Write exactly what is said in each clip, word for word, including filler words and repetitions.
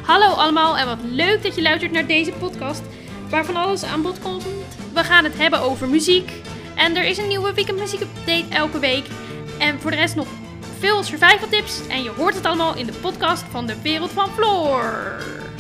Hallo allemaal en wat leuk dat je luistert naar deze podcast waar van alles aan bod komt. We gaan het hebben over muziek en er is een nieuwe Weekend Muziek Update elke week. En voor de rest nog veel survival tips en je hoort het allemaal in de podcast van de Wereld van Floor.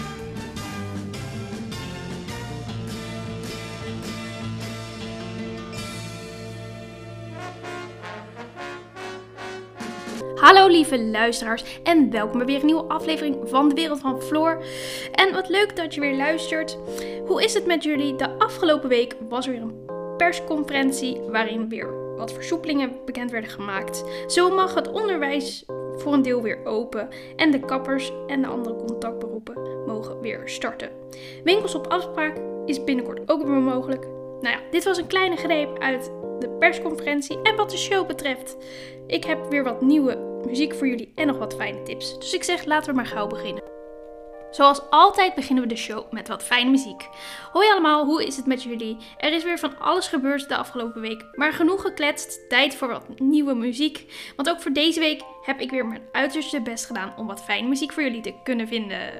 Hallo lieve luisteraars en welkom bij weer een nieuwe aflevering van de Wereld van Floor. En wat leuk dat je weer luistert. Hoe is het met jullie? De afgelopen week was er weer een persconferentie waarin weer wat versoepelingen bekend werden gemaakt. Zo mag het onderwijs voor een deel weer open en de kappers en de andere contactberoepen mogen weer starten. Winkels op afspraak is binnenkort ook weer mogelijk. Nou ja, dit was een kleine greep uit de persconferentie en wat de show betreft. Ik heb weer wat nieuwe muziek voor jullie en nog wat fijne tips. Dus ik zeg, laten we maar gauw beginnen. Zoals altijd beginnen we de show met wat fijne muziek. Hoi allemaal, hoe is het met jullie? Er is weer van alles gebeurd de afgelopen week, maar genoeg gekletst, tijd voor wat nieuwe muziek. Want ook voor deze week heb ik weer mijn uiterste best gedaan om wat fijne muziek voor jullie te kunnen vinden.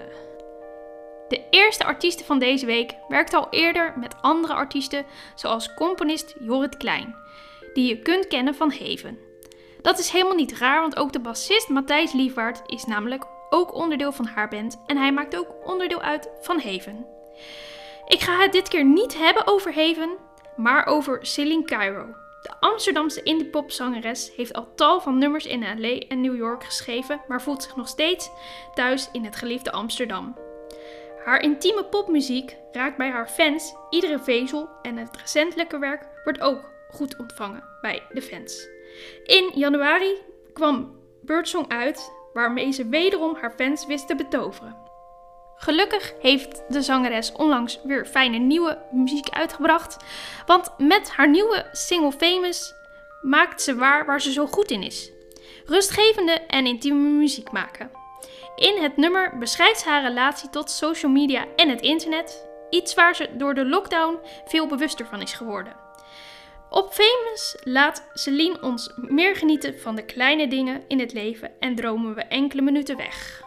De eerste artieste van deze week werkte al eerder met andere artiesten, zoals componist Jorrit Klein, die je kunt kennen van Heaven. Dat is helemaal niet raar, want ook de bassist Matthijs Liefwaard is namelijk ook onderdeel van haar band en hij maakt ook onderdeel uit van Heaven. Ik ga het dit keer niet hebben over Heaven, maar over Celine Cairo. De Amsterdamse indie-popzangeres heeft al tal van nummers in L A en New York geschreven, maar voelt zich nog steeds thuis in het geliefde Amsterdam. Haar intieme popmuziek raakt bij haar fans iedere vezel en het recentelijke werk wordt ook goed ontvangen bij de fans. In januari kwam Birdsong uit, waarmee ze wederom haar fans wist te betoveren. Gelukkig heeft de zangeres onlangs weer fijne nieuwe muziek uitgebracht, want met haar nieuwe single Famous maakt ze waar waar ze zo goed in is. Rustgevende en intieme muziek maken. In het nummer beschrijft ze haar relatie tot social media en het internet, iets waar ze door de lockdown veel bewuster van is geworden. Op Famous laat Celine ons meer genieten van de kleine dingen in het leven en dromen we enkele minuten weg.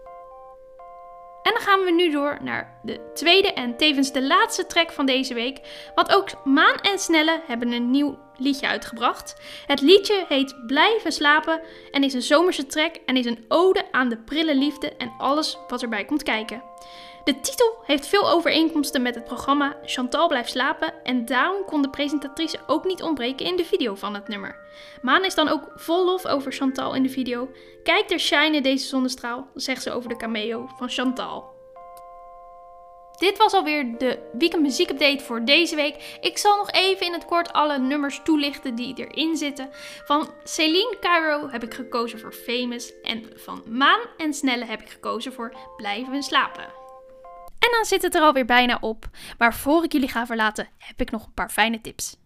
En dan gaan we nu door naar de tweede en tevens de laatste track van deze week, want ook Maan en Snelle hebben een nieuw liedje uitgebracht. Het liedje heet Blijven slapen en is een zomerse track en is een ode aan de prille liefde en alles wat erbij komt kijken. De titel heeft veel overeenkomsten met het programma Chantal blijft slapen en daarom kon de presentatrice ook niet ontbreken in de video van het nummer. Maan is dan ook vol lof over Chantal in de video. Kijk er shine deze zonnestraal, zegt ze over de cameo van Chantal. Dit was alweer de Weekend Muziek Update voor deze week. Ik zal nog even in het kort alle nummers toelichten die erin zitten. Van Celine Cairo heb ik gekozen voor Famous en van Maan en Snelle heb ik gekozen voor Blijven slapen. En dan zit het er alweer bijna op. Maar voor ik jullie ga verlaten, heb ik nog een paar fijne tips.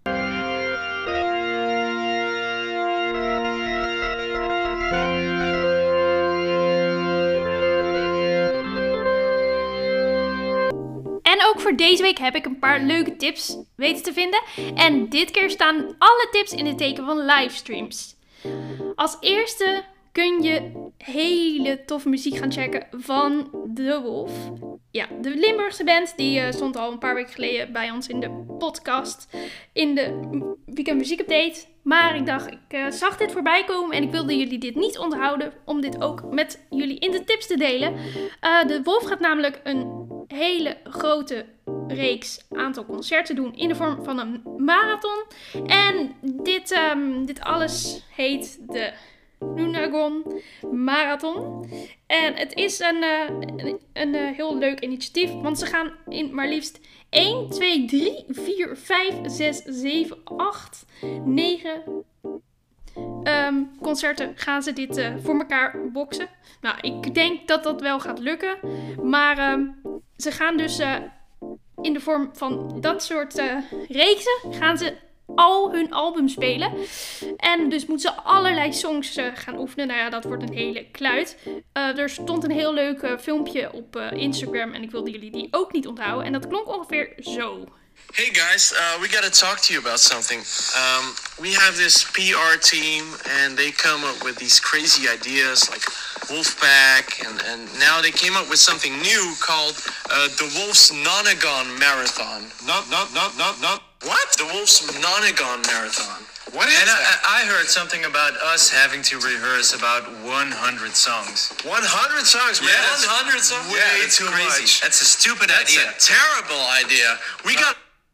En ook voor deze week heb ik een paar leuke tips weten te vinden. En dit keer staan alle tips in het teken van livestreams. Als eerste kun je hele toffe muziek gaan checken van De Wolf. Ja, de Limburgse band, die uh, stond al een paar weken geleden bij ons in de podcast, in de Weekend Muziek Update. Maar ik dacht, ik uh, zag dit voorbij komen en ik wilde jullie dit niet onthouden om dit ook met jullie in de tips te delen. Uh, de Wolf gaat namelijk een hele grote reeks aantal concerten doen in de vorm van een marathon. En dit, um, dit alles heet de Nunagon Marathon. En het is een, uh, een, een uh, heel leuk initiatief, want ze gaan in maar liefst één, twee, drie, vier, vijf, zes, zeven, acht, negen um, concerten gaan ze dit uh, voor elkaar boksen. Nou, ik denk dat dat wel gaat lukken, maar um, ze gaan dus uh, in de vorm van dat soort uh, reeksen gaan ze al hun album spelen. En dus moeten ze allerlei songs uh, gaan oefenen. Nou ja, dat wordt een hele kluit. Uh, er stond een heel leuk uh, filmpje op uh, Instagram en ik wilde jullie die ook niet onthouden. En dat klonk ongeveer zo. Hey guys, uh, we gotta talk to you about something. Um, we have this P R team and they come up with these crazy ideas like Wolfpack, and, and now they came up with something new called uh, the Wolf's Nonagon Marathon. Not, not, not, not, not. What? The Wolf's Nonagon Marathon. What is and that? I, I heard something about us having to rehearse about one hundred songs. one hundred songs? Yeah, that's one hundred songs? Way Yeah, that's too crazy. much. That's a stupid That's idea. a terrible idea. We got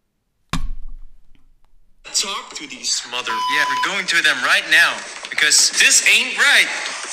talk to these mother. Yeah, we're going to them right now because this ain't right.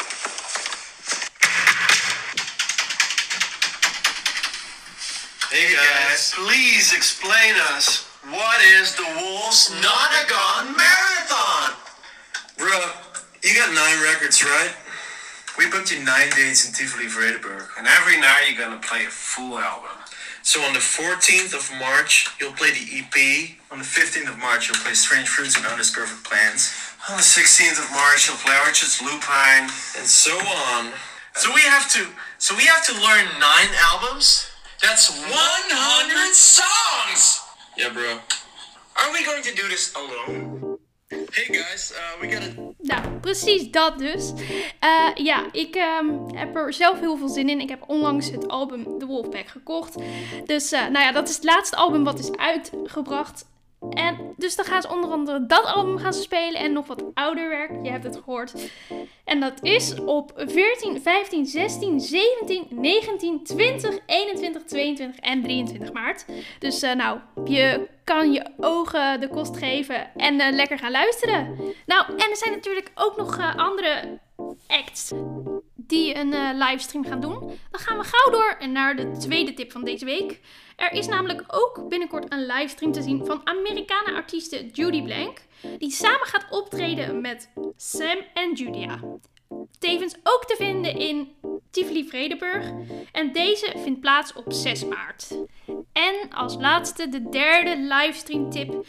Hey guys, please explain us, what is the Wolf's Nonagon Marathon? Bruh, you got nine records, right? We booked you nine dates in Tivoli Vredenburg. And every night you're gonna play a full album. So on the fourteenth of March, you'll play the E P. On the fifteenth of March, you'll play Strange Fruits and Otis Perfect Plans. On the sixteenth of March, you'll play Orchards Lupine. And so on. So we have to, so we have to learn nine albums? That's one hundred songs! Yeah, bro. Are we going to do this alone? Hey guys, uh, we gotta... Nou, precies dat dus. Uh, ja, ik um, heb er zelf heel veel zin in. Ik heb onlangs het album The Wolfpack gekocht. Dus, uh, nou ja, dat is het laatste album wat is uitgebracht. En dus dan gaan ze onder andere dat album gaan ze spelen en nog wat ouder werk. Je hebt het gehoord. En dat is op veertien, vijftien, zestien, zeventien, negentien, twintig, eenentwintig, tweeëntwintig en drieëntwintig maart. Dus uh, nou, je kan je ogen de kost geven en uh, lekker gaan luisteren. Nou, en er zijn natuurlijk ook nog uh, andere acts die een uh, livestream gaan doen. Dan gaan we gauw door naar de tweede tip van deze week. Er is namelijk ook binnenkort een livestream te zien van Amerikaanse artieste Judy Blank, die samen gaat optreden met Sam en Julia. Tevens ook te vinden in Tivoli Vredenburg. En deze vindt plaats op zes maart. En als laatste, de derde livestream tip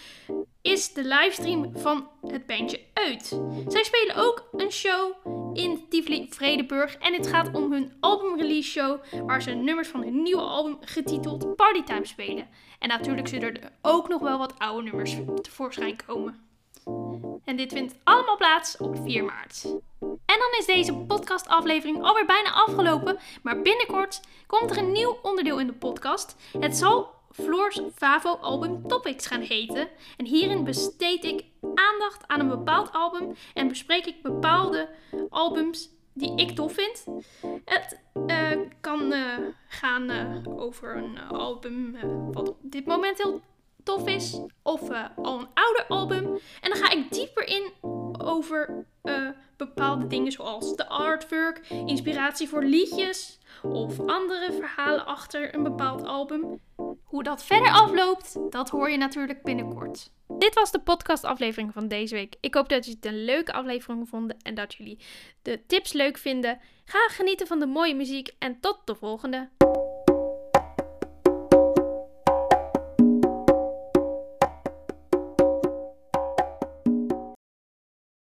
is de livestream van het bandje Uit. Zij spelen ook een show in Tivoli Vredenburg en het gaat om hun albumrelease show waar ze nummers van hun nieuwe album getiteld Partytime spelen. En natuurlijk zullen er ook nog wel wat oude nummers tevoorschijn komen. En dit vindt allemaal plaats op vier maart. En dan is deze podcastaflevering alweer bijna afgelopen, maar binnenkort komt er een nieuw onderdeel in de podcast. Het zal Floor's Favo album Topics gaan heten. En hierin besteed ik aandacht aan een bepaald album en bespreek ik bepaalde albums die ik tof vind. Het uh, kan uh, gaan uh, over een uh, album uh, wat op dit moment heel tof is, of uh, al een ouder album. En dan ga ik dieper in over uh, bepaalde dingen zoals de artwork, inspiratie voor liedjes of andere verhalen achter een bepaald album. Hoe dat verder afloopt, dat hoor je natuurlijk binnenkort. Dit was de podcastaflevering van deze week. Ik hoop dat jullie het een leuke aflevering vonden en dat jullie de tips leuk vinden. Ga genieten van de mooie muziek en tot de volgende.